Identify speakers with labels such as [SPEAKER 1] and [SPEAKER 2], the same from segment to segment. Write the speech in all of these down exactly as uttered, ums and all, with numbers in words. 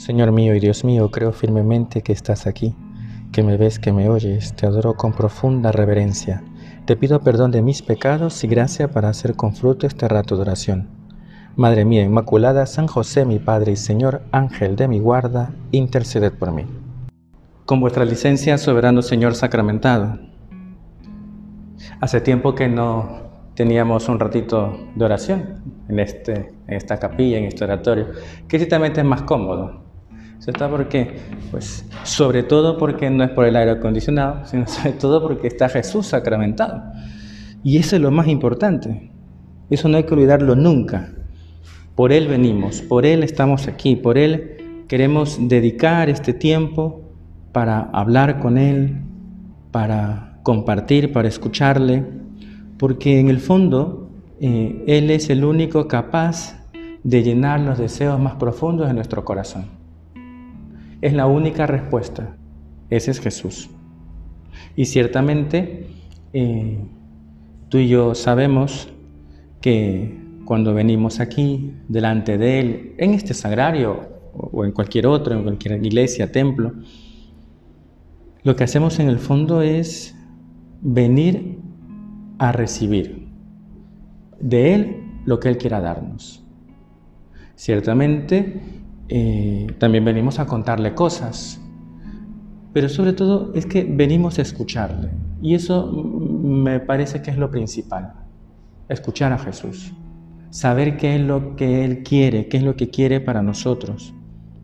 [SPEAKER 1] Señor mío y Dios mío, creo firmemente que estás aquí, que me ves, que me oyes, te adoro con profunda reverencia. Te pido perdón de mis pecados y gracia para hacer con fruto este rato de oración. Madre mía Inmaculada, San José, mi Padre y Señor, Ángel de mi guarda, interceded por mí. Con vuestra licencia, soberano Señor sacramentado. Hace tiempo que no teníamos un ratito de oración en, este, en esta capilla, en este oratorio, que ciertamente es más cómodo. ¿Cierto? Porque, pues, sobre todo porque no es por el aire acondicionado, sino sobre todo porque está Jesús sacramentado. Y eso es lo más importante. Eso no hay que olvidarlo nunca. Por Él venimos, por Él estamos aquí, por Él queremos dedicar este tiempo para hablar con Él, para compartir, para escucharle, porque en el fondo eh, Él es el único capaz de llenar los deseos más profundos de nuestro corazón. Es la única respuesta. Ese es Jesús. Y ciertamente eh, tú y yo sabemos que cuando venimos aquí, delante de Él, en este sagrario o en cualquier otro, en cualquier iglesia, templo, lo que hacemos en el fondo es venir a recibir de Él lo que Él quiera darnos. Ciertamente, eh, también venimos a contarle cosas, pero sobre todo es que venimos a escucharle. Y eso me parece que es lo principal, escuchar a Jesús, saber qué es lo que Él quiere, qué es lo que quiere para nosotros.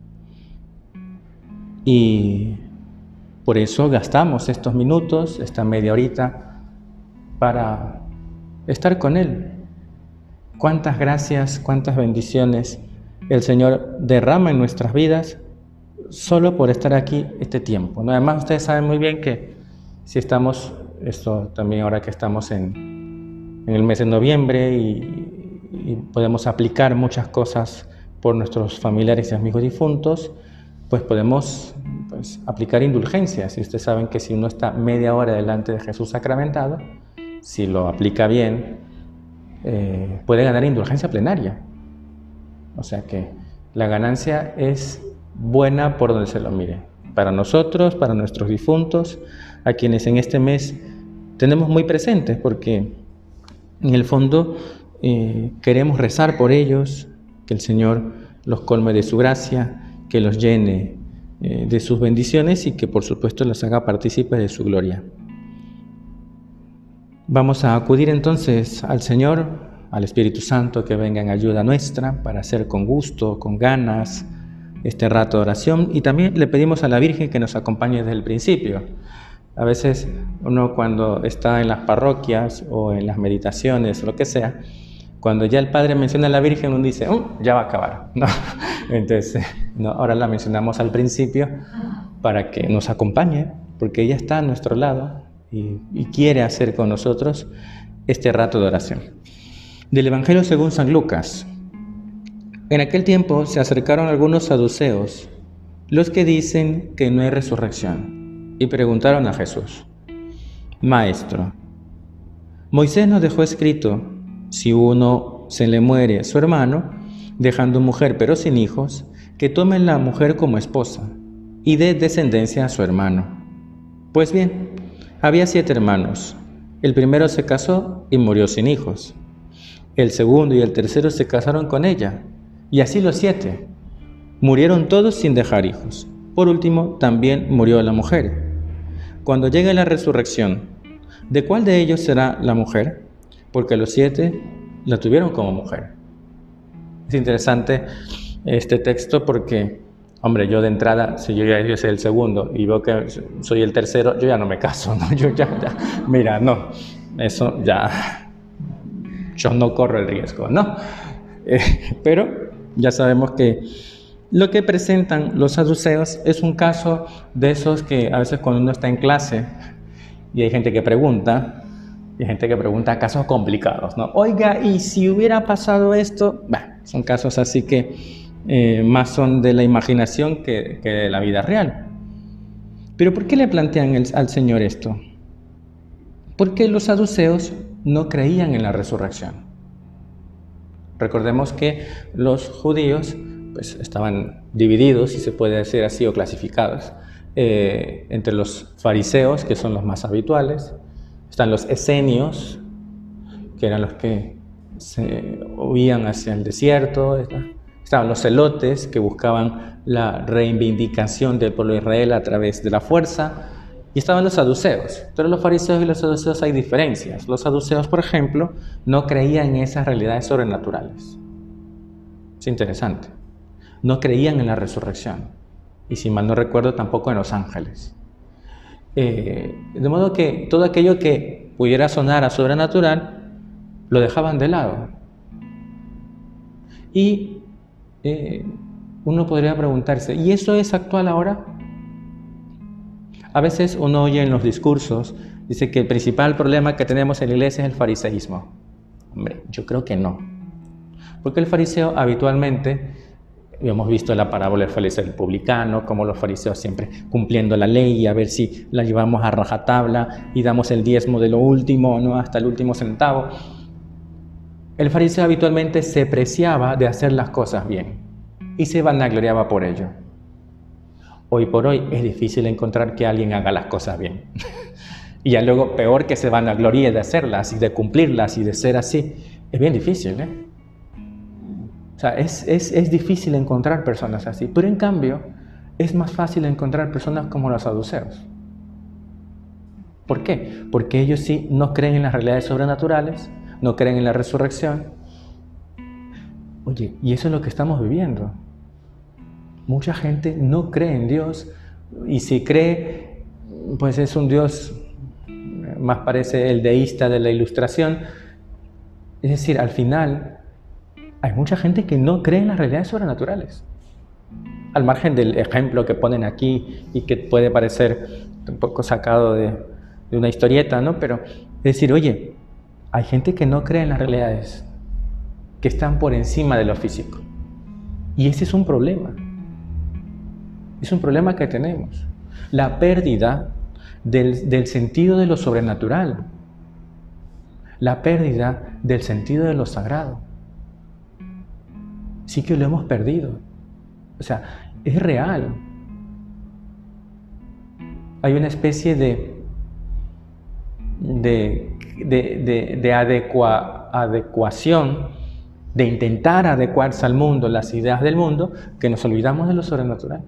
[SPEAKER 1] Y por eso gastamos estos minutos, esta media horita, para estar con Él. Cuántas gracias, cuántas bendiciones el Señor derrama en nuestras vidas solo por estar aquí este tiempo, ¿no? Además, ustedes saben muy bien que si estamos, esto también ahora que estamos en, en el mes de noviembre y, y podemos aplicar muchas cosas por nuestros familiares y amigos difuntos, pues podemos pues, aplicar indulgencias. Y ustedes saben que si uno está media hora delante de Jesús sacramentado, si lo aplica bien, eh, puede ganar indulgencia plenaria. O sea que la ganancia es buena por donde se lo mire. Para nosotros, para nuestros difuntos, a quienes en este mes tenemos muy presentes, porque en el fondo eh, queremos rezar por ellos, que el Señor los colme de su gracia, que los llene eh, de sus bendiciones y que por supuesto los haga partícipes de su gloria. Vamos a acudir entonces al Señor, al Espíritu Santo, que venga en ayuda nuestra para hacer con gusto, con ganas, este rato de oración. Y también le pedimos a la Virgen que nos acompañe desde el principio. A veces uno cuando está en las parroquias o en las meditaciones o lo que sea, cuando ya el Padre menciona a la Virgen, uno dice, oh, ya va a acabar. No. Entonces, no, ahora la mencionamos al principio para que nos acompañe, porque ella está a nuestro lado y, y quiere hacer con nosotros este rato de oración. Del Evangelio según San Lucas. En aquel tiempo se acercaron algunos saduceos, los que dicen que no hay resurrección, y preguntaron a Jesús: Maestro, Moisés nos dejó escrito, si uno se le muere a su hermano, dejando mujer pero sin hijos, que tome la mujer como esposa y dé descendencia a su hermano. Pues bien, había siete hermanos. El primero se casó y murió sin hijos. El segundo y el tercero se casaron con ella, y así los siete. Murieron todos sin dejar hijos. Por último, también murió la mujer. Cuando llegue la resurrección, ¿de cuál de ellos será la mujer? Porque los siete la tuvieron como mujer. Es interesante este texto porque, hombre, yo de entrada, si yo ya yo soy el segundo y veo que soy el tercero, yo ya no me caso, ¿no? Yo ya, ya, mira, no, eso ya... yo no corro el riesgo, ¿no? Eh, pero ya sabemos que lo que presentan los saduceos es un caso de esos que a veces cuando uno está en clase y hay gente que pregunta, y hay gente que pregunta casos complicados, ¿no? Oiga, ¿y si hubiera pasado esto? Bah, son casos así que eh, más son de la imaginación que, que de la vida real. Pero ¿por qué le plantean el, al Señor esto? Porque los saduceos no creían en la resurrección. Recordemos que los judíos pues estaban divididos, si se puede decir así, o clasificados, eh, entre los fariseos, que son los más habituales, están los esenios, que eran los que se huían hacia el desierto, estaban los celotes, que buscaban la reivindicación del pueblo de Israel a través de la fuerza, y estaban los saduceos. Pero los fariseos y los saduceos hay diferencias. Los saduceos, por ejemplo, no creían en esas realidades sobrenaturales. Es interesante. No creían en la resurrección. Y si mal no recuerdo, tampoco en los ángeles. Eh, de modo que todo aquello que pudiera sonar a sobrenatural, lo dejaban de lado. Y eh, uno podría preguntarse, ¿y eso es actual ahora? A veces uno oye en los discursos, dice que el principal problema que tenemos en la iglesia es el fariseísmo. Hombre, yo creo que no. Porque el fariseo habitualmente, hemos visto la parábola del fariseo y el publicano, como los fariseos siempre cumpliendo la ley, a ver si la llevamos a rajatabla y damos el diezmo de lo último, ¿no? Hasta el último centavo. El fariseo habitualmente se preciaba de hacer las cosas bien y se vanagloriaba por ello. Hoy por hoy es difícil encontrar que alguien haga las cosas bien. Y ya luego, peor que se vanaglorie de hacerlas y de cumplirlas y de ser así. Es bien difícil, ¿eh? O sea, es, es, es difícil encontrar personas así. Pero en cambio, es más fácil encontrar personas como los saduceos. ¿Por qué? Porque ellos sí no creen en las realidades sobrenaturales, no creen en la resurrección. Oye, y eso es lo que estamos viviendo. Mucha gente no cree en Dios, y si cree, pues es un Dios, más parece el deísta de la Ilustración. Es decir, al final, hay mucha gente que no cree en las realidades sobrenaturales. Al margen del ejemplo que ponen aquí y que puede parecer un poco sacado de, de una historieta, ¿no? Pero es decir, oye, hay gente que no cree en las realidades, que están por encima de lo físico. Y ese es un problema. Es un problema que tenemos. La pérdida del, del sentido de lo sobrenatural. La pérdida del sentido de lo sagrado. Sí que lo hemos perdido. O sea, es real. Hay una especie de, de, de, de, de adecua, adecuación, de intentar adecuarse al mundo, las ideas del mundo, que nos olvidamos de lo sobrenatural.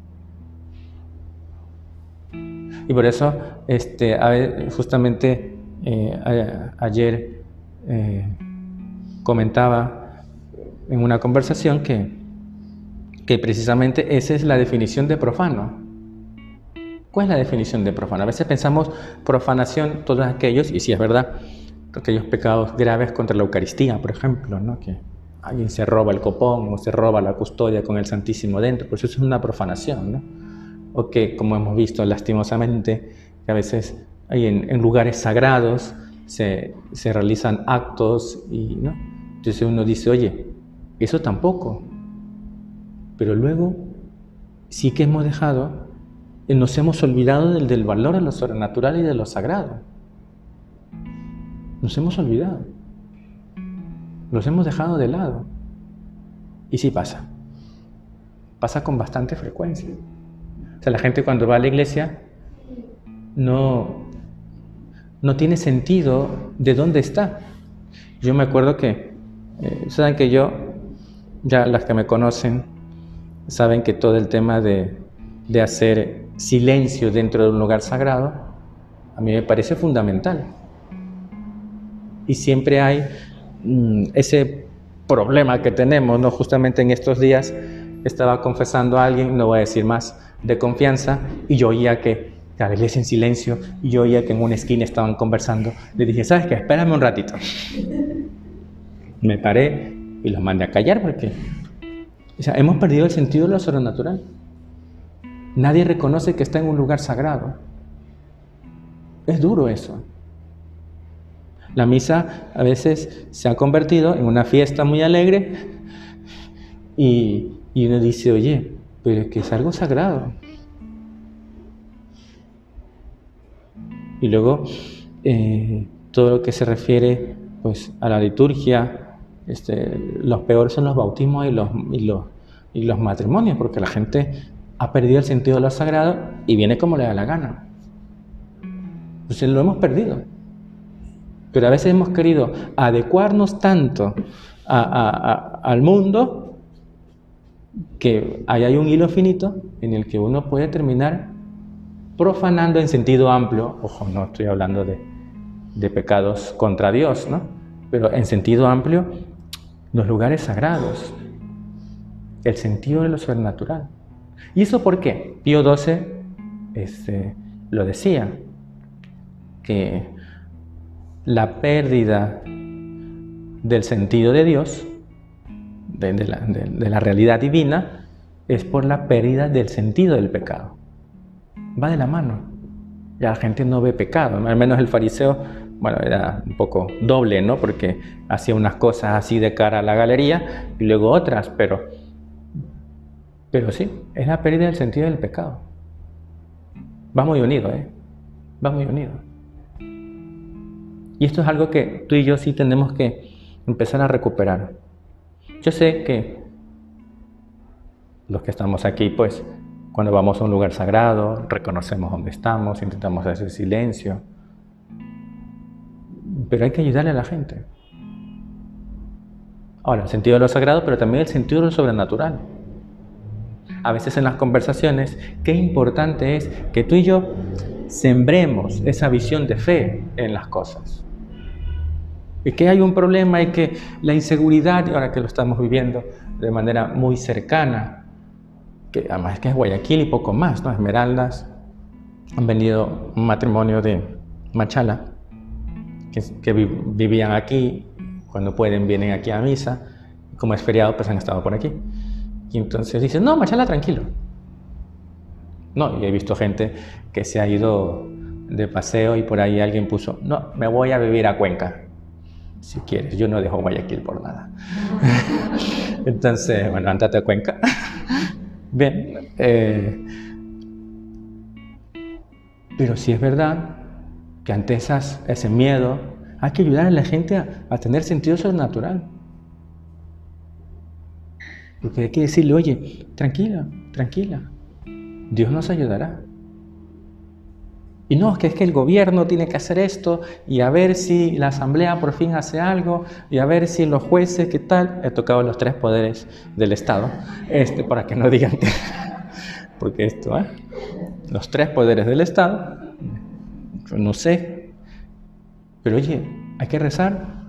[SPEAKER 1] Y por eso, este, a ver, justamente eh, a, ayer eh, comentaba en una conversación que, que precisamente esa es la definición de profano. ¿Cuál es la definición de profano? A veces pensamos profanación, todos aquellos, y sí es verdad, aquellos pecados graves contra la Eucaristía, por ejemplo, ¿no? Que alguien se roba el copón o se roba la custodia con el Santísimo dentro, pues eso es una profanación, ¿no? O que, como hemos visto lastimosamente, que a veces hay en, en lugares sagrados se, se realizan actos y, ¿no? Entonces uno dice, oye, eso tampoco. Pero luego sí que hemos dejado, nos hemos olvidado del, del valor de lo sobrenatural y de lo sagrado. Nos hemos olvidado. Los hemos dejado de lado. Y sí pasa. Pasa con bastante frecuencia. O sea, la gente cuando va a la iglesia no, no tiene sentido de dónde está. Yo me acuerdo que, eh, saben que yo, ya las que me conocen, saben que todo el tema de, de hacer silencio dentro de un lugar sagrado, a mí me parece fundamental. Y siempre hay mm, ese problema que tenemos, ¿no? Justamente en estos días estaba confesando a alguien, no voy a decir más, de confianza, y yo oía que, que la iglesia en silencio, y yo oía que en una esquina estaban conversando. Le dije, ¿sabes qué? Espérame un ratito. Me paré y los mandé a callar porque, o sea, hemos perdido el sentido de lo sobrenatural. Nadie reconoce que está en un lugar sagrado. Es duro eso. La misa a veces se ha convertido en una fiesta muy alegre y, y uno dice, oye, pero es que es algo sagrado. Y luego eh, todo lo que se refiere pues, a la liturgia, este, los peores son los bautismos y los, y los, y los matrimonios, porque la gente ha perdido el sentido de lo sagrado y viene como le da la gana. Entonces lo hemos perdido. Pero a veces hemos querido adecuarnos tanto a, a, a, al mundo que ahí hay un hilo finito en el que uno puede terminar profanando en sentido amplio. Ojo, no estoy hablando de, de pecados contra Dios, ¿no? Pero en sentido amplio, los lugares sagrados, el sentido de lo sobrenatural. ¿Y eso por qué? Pío doce este, lo decía, que la pérdida del sentido de Dios, de, de, la, de, de la realidad divina, es por la pérdida del sentido del pecado. Va de la mano. Ya la gente no ve pecado, al menos el fariseo, bueno, era un poco doble, ¿no? Porque hacía unas cosas así de cara a la galería y luego otras, pero, pero sí, es la pérdida del sentido del pecado. Va muy unido, ¿eh? Va muy unido. Y esto es algo que tú y yo sí tenemos que empezar a recuperar. Yo sé que los que estamos aquí, pues, cuando vamos a un lugar sagrado, reconocemos dónde estamos, intentamos hacer silencio. Pero hay que ayudarle a la gente. Ahora, el sentido de lo sagrado, pero también el sentido de lo sobrenatural. A veces en las conversaciones, qué importante es que tú y yo sembremos esa visión de fe en las cosas. Y que hay un problema y que la inseguridad, y ahora que lo estamos viviendo de manera muy cercana, que además es que es Guayaquil y poco más, ¿no? Esmeraldas, han venido un matrimonio de Machala, que, que vi, vivían aquí, cuando pueden vienen aquí a misa, como es feriado pues han estado por aquí. Y entonces dicen, no, Machala, tranquilo. No, y he visto gente que se ha ido de paseo y por ahí alguien puso, no, me voy a vivir a Cuenca. Si quieres, yo no dejo Guayaquil por nada. Entonces, bueno, andate a Cuenca. Bien, eh, pero sí es verdad que ante esas, ese miedo hay que ayudar a la gente a, a tener sentido sobrenatural. Porque hay que decirle, oye, tranquila, tranquila, Dios nos ayudará. Y no, que es que el gobierno tiene que hacer esto, y a ver si la asamblea por fin hace algo, y a ver si los jueces, ¿qué tal? He tocado los tres poderes del Estado, este, para que no digan que... Porque esto, ¿eh? Los tres poderes del Estado, yo no sé, pero oye, hay que rezar.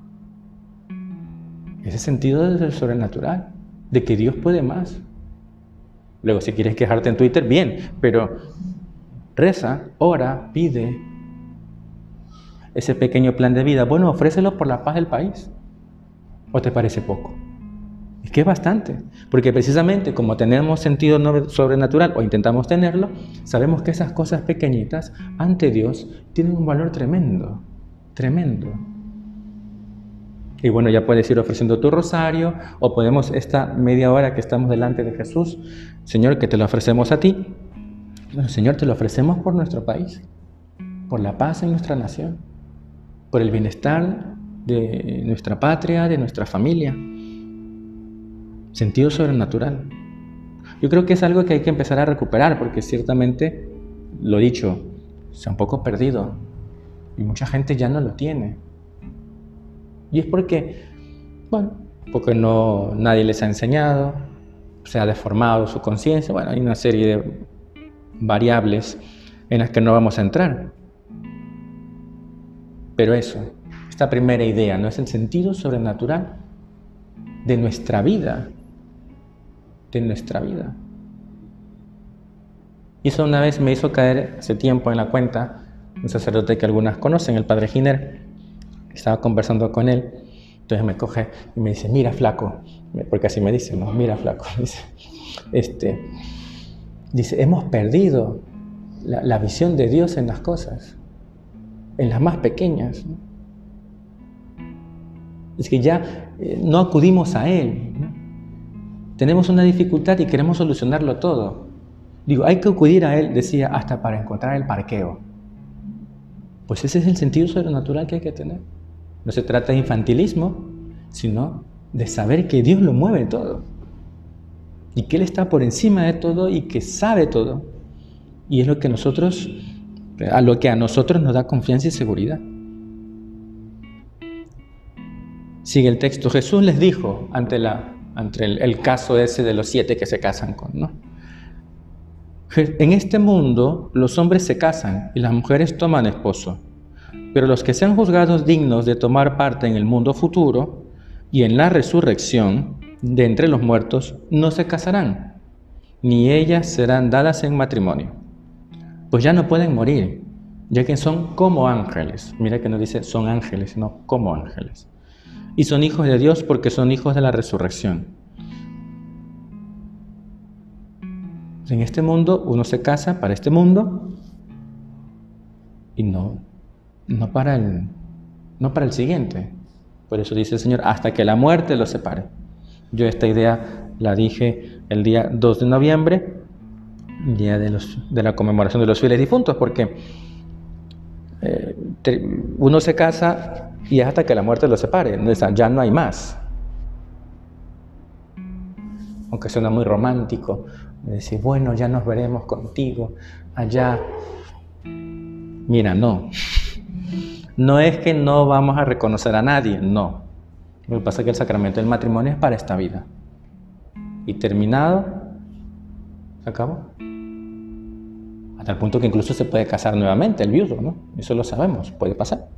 [SPEAKER 1] Ese sentido del sobrenatural, de que Dios puede más. Luego, si quieres quejarte en Twitter, bien, pero... reza, ora, pide ese pequeño plan de vida. Bueno, ofrécelo por la paz del país. ¿O te parece poco? Es que es bastante. Porque precisamente como tenemos sentido sobrenatural o intentamos tenerlo, sabemos que esas cosas pequeñitas ante Dios tienen un valor tremendo. Tremendo. Y bueno, ya puedes ir ofreciendo tu rosario o podemos esta media hora que estamos delante de Jesús, Señor, que te lo ofrecemos a ti. Bueno, Señor, te lo ofrecemos por nuestro país, por la paz en nuestra nación, por el bienestar de nuestra patria, de nuestra familia. Sentido sobrenatural. Yo creo que es algo que hay que empezar a recuperar, porque ciertamente, lo dicho, se ha un poco perdido y mucha gente ya no lo tiene. Y es porque, bueno, porque no, nadie les ha enseñado, se ha deformado su conciencia. Bueno, hay una serie de variables en las que no vamos a entrar. Pero eso, esta primera idea, ¿no? Es el sentido sobrenatural de nuestra vida, de nuestra vida. Y eso una vez me hizo caer hace tiempo en la cuenta un sacerdote que algunas conocen, el padre Giner. Estaba conversando con él, entonces me coge y me dice, mira flaco, porque así me dice, ¿no? Mira flaco, dice, este... Dice, hemos perdido la, la visión de Dios en las cosas, en las más pequeñas, ¿no? Es que ya eh, no acudimos a Él, ¿no? Tenemos una dificultad y queremos solucionarlo todo. Digo, hay que acudir a Él, decía, hasta para encontrar el parqueo. Pues ese es el sentido sobrenatural que hay que tener. No se trata de infantilismo, sino de saber que Dios lo mueve todo. y que Él está por encima de todo y que sabe todo. Y es lo que nosotros, a lo que a nosotros nos da confianza y seguridad. Sigue el texto. Jesús les dijo ante, la, ante el, el caso ese de los siete que se casan con, ¿no? En este mundo los hombres se casan y las mujeres toman esposo, pero los que sean juzgados dignos de tomar parte en el mundo futuro y en la resurrección de entre los muertos no se casarán, ni ellas serán dadas en matrimonio, pues ya no pueden morir, ya que son como ángeles. Mira que no dice son ángeles, sino como ángeles. Y son hijos de Dios porque son hijos de la resurrección. En este mundo uno se casa para este mundo y no, no, para el, no para el siguiente. Por eso dice el Señor, hasta que la muerte los separe. Yo esta idea la dije el día dos de noviembre, día de, los, de la conmemoración de los fieles difuntos, porque eh, te, uno se casa y es hasta que la muerte los separe, ya no hay más. Aunque suena muy romántico, decir, bueno, ya nos veremos contigo allá. Mira, no. No es que no vamos a reconocer a nadie, no. Lo que pasa es que el sacramento del matrimonio es para esta vida. Y terminado, se acabó. Hasta el punto que incluso se puede casar nuevamente el viudo, ¿no? Eso lo sabemos, puede pasar.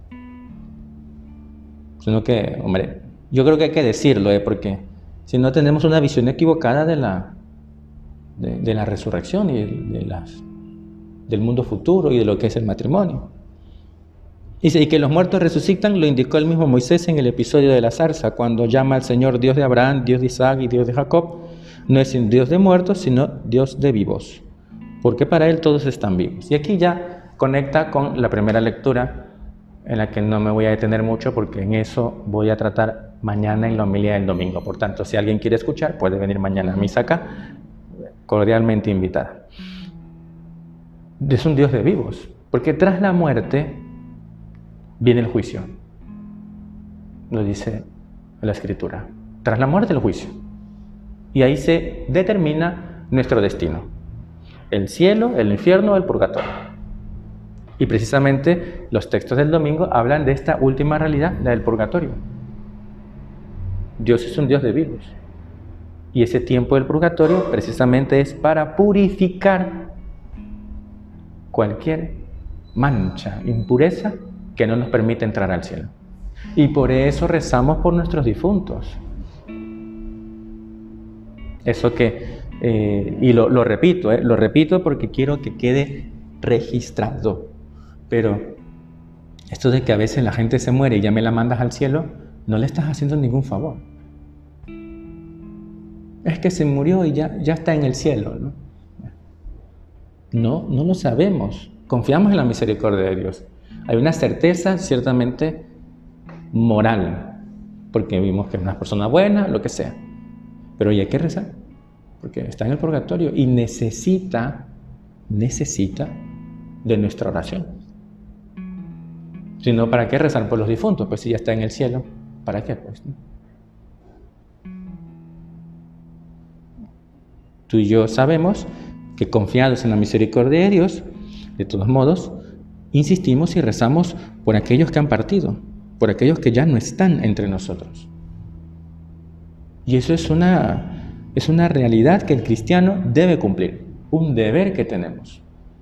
[SPEAKER 1] Sino que, hombre, yo creo que hay que decirlo, ¿eh? Porque si no tenemos una visión equivocada de la, de, de la resurrección y de, de las, del mundo futuro y de lo que es el matrimonio. Dice, y que los muertos resucitan, lo indicó el mismo Moisés en el episodio de la zarza, cuando llama al Señor Dios de Abraham, Dios de Isaac y Dios de Jacob. No es Dios de muertos, sino Dios de vivos, porque para Él todos están vivos. Y aquí ya conecta con la primera lectura, en la que no me voy a detener mucho, porque en eso voy a tratar mañana en la homilía del domingo. Por tanto, si alguien quiere escuchar, puede venir mañana a misa acá, cordialmente invitada. Es un Dios de vivos, porque tras la muerte viene el juicio. Lo dice la Escritura. Tras la muerte, el juicio. Y ahí se determina nuestro destino. El cielo, el infierno, el purgatorio. Y precisamente los textos del domingo hablan de esta última realidad, la del purgatorio. Dios es un Dios de vivos. Y ese tiempo del purgatorio precisamente es para purificar cualquier mancha, impureza que no nos permite entrar al cielo. Y por eso rezamos por nuestros difuntos. Eso que, eh, y lo, lo repito, eh, lo repito porque quiero que quede registrado. Pero esto de que a veces la gente se muere y ya me la mandas al cielo, no le estás haciendo ningún favor. Es que se murió y ya, ya está en el cielo, ¿no? No, no lo sabemos. Confiamos en la misericordia de Dios. Hay una certeza ciertamente moral, porque vimos que es una persona buena, lo que sea. Pero ya hay que rezar, porque está en el purgatorio y necesita, necesita de nuestra oración. Si no, ¿para qué rezar por los difuntos? Pues si ya está en el cielo, ¿para qué? Pues, ¿no? Tú y yo sabemos que confiados en la misericordia de Dios, de todos modos, insistimos y rezamos por aquellos que han partido, por aquellos que ya no están entre nosotros. Y eso es una, es una realidad que el cristiano debe cumplir, un deber que tenemos.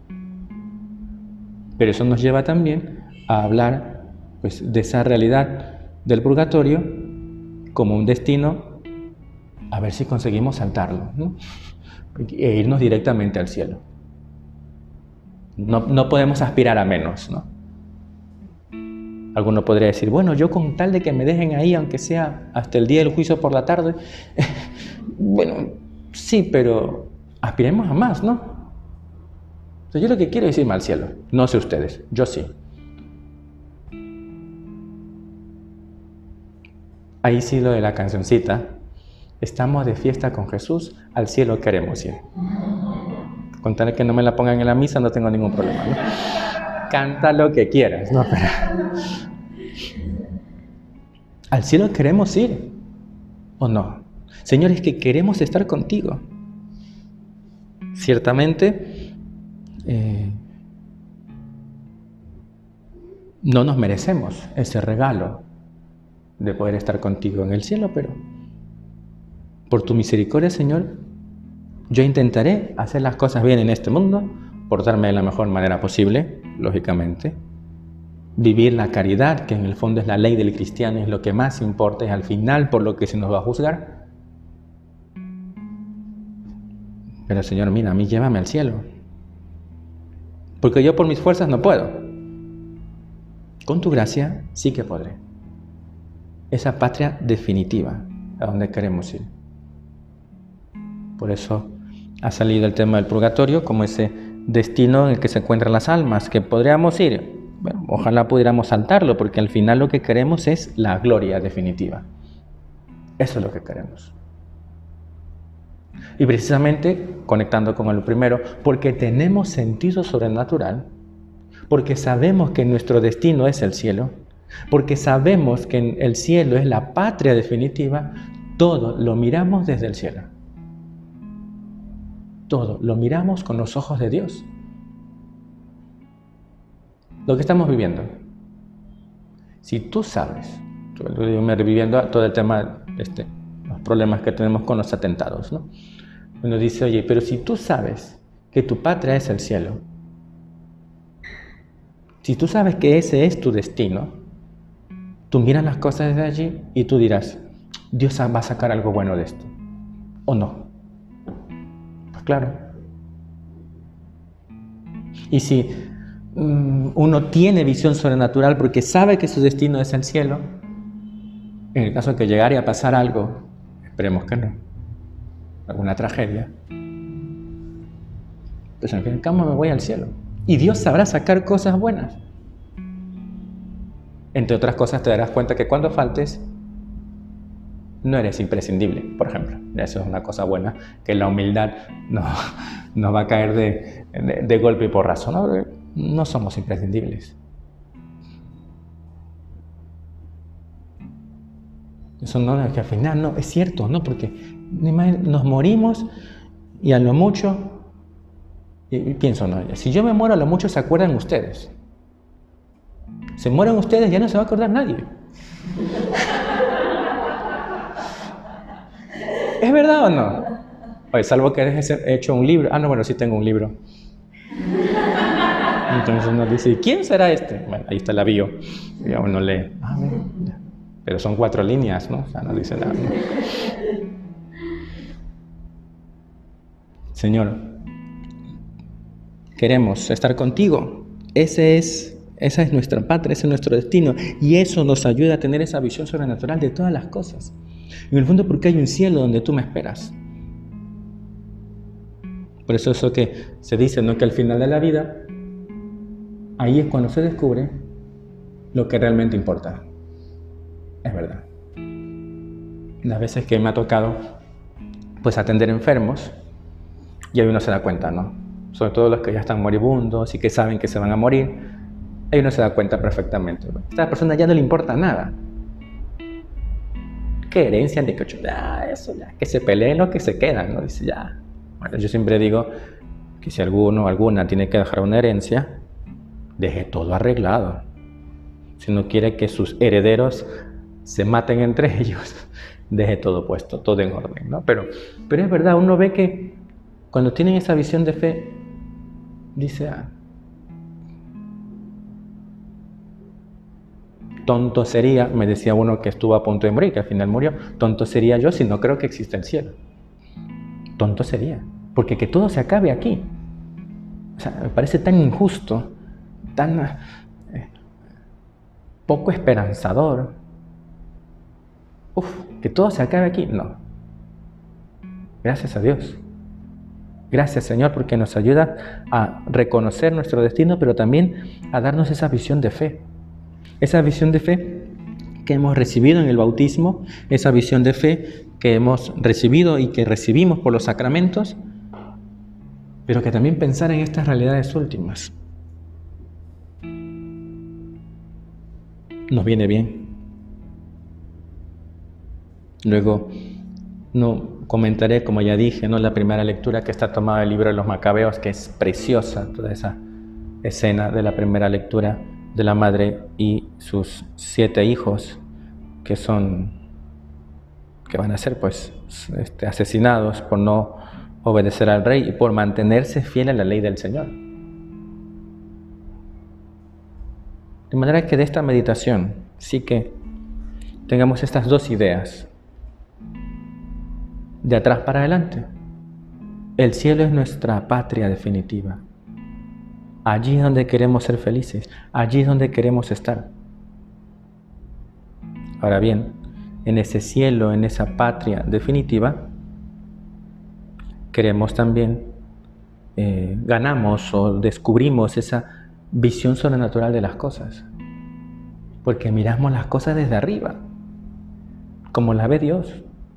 [SPEAKER 1] Pero eso nos lleva también a hablar pues, de esa realidad del purgatorio como un destino, a ver si conseguimos saltarlo, ¿no? E irnos directamente al cielo. No, no podemos aspirar a menos, ¿no? Alguno podría decir, bueno, yo con tal de que me dejen ahí, aunque sea hasta el día del juicio por la tarde, bueno, sí, pero aspiremos a más, ¿no? O sea, yo lo que quiero es irme al cielo. No sé ustedes, yo sí. Ahí sí lo de la cancioncita. Estamos de fiesta con Jesús, al cielo queremos ir. Con tal que no me la pongan en la misa, no tengo ningún problema, ¿no? Canta lo que quieras, ¿no? Pero al cielo queremos ir, ¿o no? Señor, es que queremos estar contigo. ciertamente eh, no nos merecemos ese regalo de poder estar contigo en el cielo, pero por tu misericordia, Señor, yo intentaré hacer las cosas bien en este mundo, portarme de la mejor manera posible, lógicamente, vivir la caridad, que en el fondo es la ley del cristiano, es lo que más importa, es al final por lo que se nos va a juzgar. Pero Señor, mira, a mí llévame al cielo, porque yo por mis fuerzas no puedo. Con tu gracia sí que podré. Esa patria definitiva a donde queremos ir. Por eso ha salido el tema del purgatorio como ese destino en el que se encuentran las almas, que podríamos ir. Bueno, ojalá pudiéramos saltarlo, porque al final lo que queremos es la gloria definitiva. Eso es lo que queremos. Y precisamente, conectando con lo primero, porque tenemos sentido sobrenatural, porque sabemos que nuestro destino es el cielo, porque sabemos que el cielo es la patria definitiva, todo lo miramos desde el cielo. Todo lo miramos con los ojos de Dios. Lo que estamos viviendo. Si tú sabes, yo me reviviendo todo el tema, este, los problemas que tenemos con los atentados, ¿no? Uno dice, oye, pero si tú sabes que tu patria es el cielo, si tú sabes que ese es tu destino, tú miras las cosas desde allí y tú dirás, Dios va a sacar algo bueno de esto, ¿o no? Pues claro. Y si um, uno tiene visión sobrenatural porque sabe que su destino es el cielo, en el caso de que llegara a pasar algo, esperemos que no, alguna tragedia, pues en fin, ¿cómo me voy al cielo? Y Dios sabrá sacar cosas buenas. Entre otras cosas te darás cuenta que cuando faltes, no eres imprescindible, por ejemplo. Eso es una cosa buena, que la humildad no, no va a caer de, de, de golpe y porrazo, ¿no? No somos imprescindibles. Eso no es que al final, no, es cierto, ¿no? Porque nos morimos y a lo mucho, y, y pienso, no, si yo me muero a lo mucho se acuerdan ustedes. Se mueren ustedes, ya no se va a acordar nadie. ¿Es verdad o no? Oye, salvo que hayas hecho un libro. Ah, no, bueno, sí tengo un libro. Entonces uno dice, ¿quién será este? Bueno, ahí está la bio. Y uno lee. Ah, mira. Pero son cuatro líneas, ¿no? O sea, no dice nada. ¿No? Señor, queremos estar contigo. Ese es, esa es nuestra patria, ese es nuestro destino. Y eso nos ayuda a tener esa visión sobrenatural de todas las cosas. En el fondo, porque hay un cielo donde tú me esperas. Por eso eso que se dice, ¿no? Que al final de la vida, ahí es cuando se descubre lo que realmente importa. Es verdad. Las veces que me ha tocado pues atender enfermos, y ahí uno se da cuenta, ¿no? Sobre todo los que ya están moribundos y que saben que se van a morir, ahí uno se da cuenta perfectamente. A esta persona ya no le importa nada. ¿Qué herencia? De que ah, eso ya, que se peleen o que se quedan, ¿no? Dice ya. Bueno, yo siempre digo que si alguno o alguna tiene que dejar una herencia, deje todo arreglado. Si no quiere que sus herederos se maten entre ellos, deje todo puesto, todo en orden, ¿no? Pero, pero es verdad, uno ve que cuando tienen esa visión de fe, dice, ah, tonto sería, me decía uno que estuvo a punto de morir, que al final murió, tonto sería yo si no creo que exista el cielo. Tonto sería, porque que todo se acabe aquí. O sea, me parece tan injusto, tan eh, poco esperanzador. Uf, que todo se acabe aquí. No. Gracias a Dios. Gracias, Señor, porque nos ayuda a reconocer nuestro destino, pero también a darnos esa visión de fe. Esa visión de fe que hemos recibido en el bautismo, esa visión de fe que hemos recibido y que recibimos por los sacramentos, pero que también pensar en estas realidades últimas nos viene bien. Luego, No comentaré, como ya dije, ¿no?, la primera lectura que está tomada del libro de los Macabeos, que es preciosa, toda esa escena de la primera lectura de la madre y sus siete hijos, que son, que van a ser pues este, asesinados por no obedecer al rey y por mantenerse fiel a la ley del Señor. De manera que de esta meditación sí que tengamos estas dos ideas, de atrás para adelante. El cielo es nuestra patria definitiva. Allí es donde queremos ser felices, allí es donde queremos estar. Ahora bien, en ese cielo, en esa patria definitiva, queremos también, eh, ganamos o descubrimos esa visión sobrenatural de las cosas. Porque miramos las cosas desde arriba, como la ve Dios.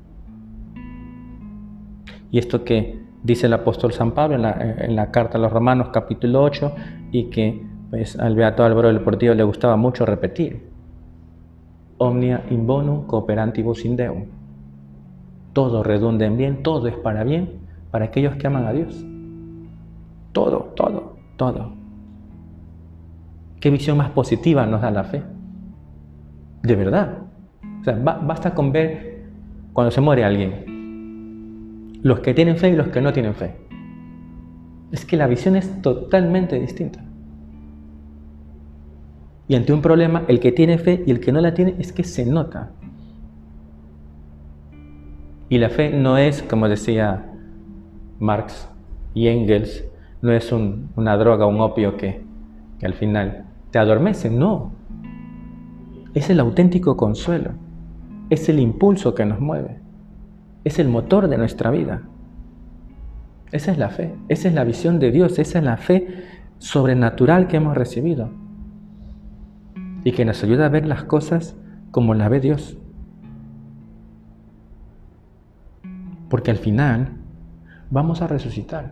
[SPEAKER 1] Y esto que dice el apóstol San Pablo en la, en la carta a los Romanos capítulo ocho, y que pues, al beato Álvaro del Portillo le gustaba mucho repetir: omnia in bonum cooperantibus in Deum. Todo redunda en bien, todo es para bien para aquellos que aman a Dios. Todo, todo, todo. ¿Qué visión más positiva nos da la fe? De verdad. O sea, basta con ver cuando se muere alguien, los que tienen fe y los que no tienen fe. Es que la visión es totalmente distinta. Y ante un problema, el que tiene fe y el que no la tiene, es que se nota. Y la fe no es, como decía Marx y Engels, no es un, una droga, un opio que, que al final te adormece, no. Es el auténtico consuelo, es el impulso que nos mueve. Es el motor de nuestra vida. Esa es la fe, esa es la visión de Dios, esa es la fe sobrenatural que hemos recibido y que nos ayuda a ver las cosas como las ve Dios. Porque al final vamos a resucitar.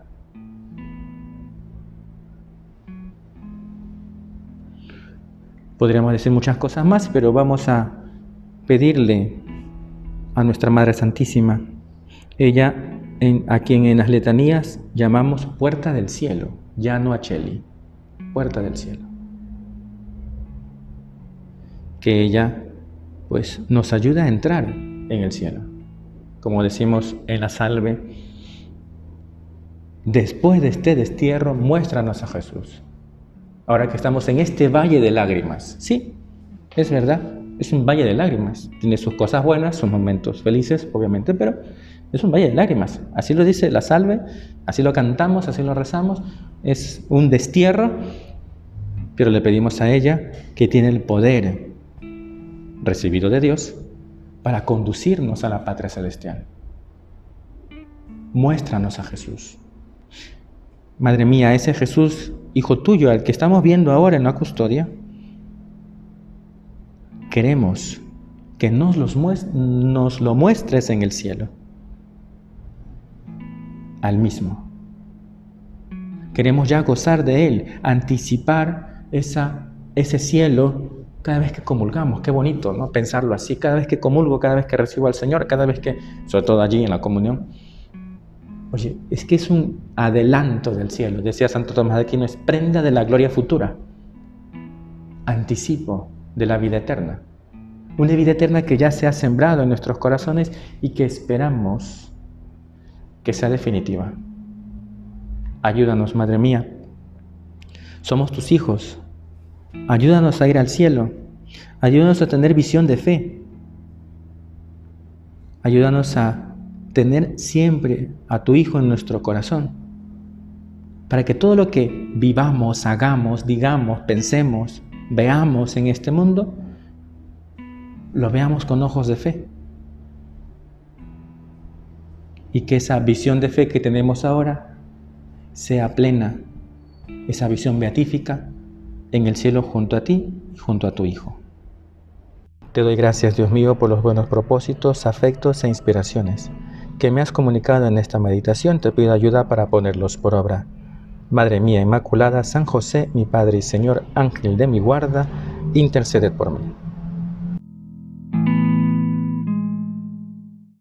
[SPEAKER 1] Podríamos decir muchas cosas más, pero vamos a pedirle a nuestra Madre Santísima, ella en, a quien en las letanías llamamos puerta del cielo, Llano Acheli, puerta del cielo, que ella pues nos ayuda a entrar en el cielo. Como decimos en la salve: después de este destierro, muéstranos a Jesús. Ahora que estamos en este valle de lágrimas, sí, es verdad, es un valle de lágrimas. Tiene sus cosas buenas, sus momentos felices, obviamente, pero es un valle de lágrimas. Así lo dice la salve, así lo cantamos, así lo rezamos. Es un destierro, pero le pedimos a ella, que tiene el poder recibido de Dios, para conducirnos a la patria celestial. Muéstranos a Jesús. Madre mía, ese Jesús, Hijo tuyo, al que estamos viendo ahora en la custodia, queremos que nos, los muest- nos lo muestres en el cielo, al mismo. Queremos ya gozar de Él, anticipar esa, ese cielo cada vez que comulgamos. Qué bonito, ¿no?, pensarlo así. Cada vez que comulgo, cada vez que recibo al Señor, cada vez que, sobre todo allí en la comunión. Oye, es que es un adelanto del cielo. Decía Santo Tomás de Aquino, es prenda de la gloria futura, anticipo de la vida eterna. Una vida eterna que ya se ha sembrado en nuestros corazones y que esperamos que sea definitiva. Ayúdanos, Madre mía. Somos tus hijos. Ayúdanos a ir al cielo. Ayúdanos a tener visión de fe. Ayúdanos a tener siempre a tu Hijo en nuestro corazón, para que todo lo que vivamos, hagamos, digamos, pensemos, veamos en este mundo, lo veamos con ojos de fe. Y que esa visión de fe que tenemos ahora sea plena, esa visión beatífica en el cielo junto a ti y junto a tu Hijo. Te doy gracias, Dios mío, por los buenos propósitos, afectos e inspiraciones que me has comunicado en esta meditación. Te pido ayuda para ponerlos por obra. Madre mía Inmaculada, San José, mi Padre y Señor, Ángel de mi guarda, interceded por mí.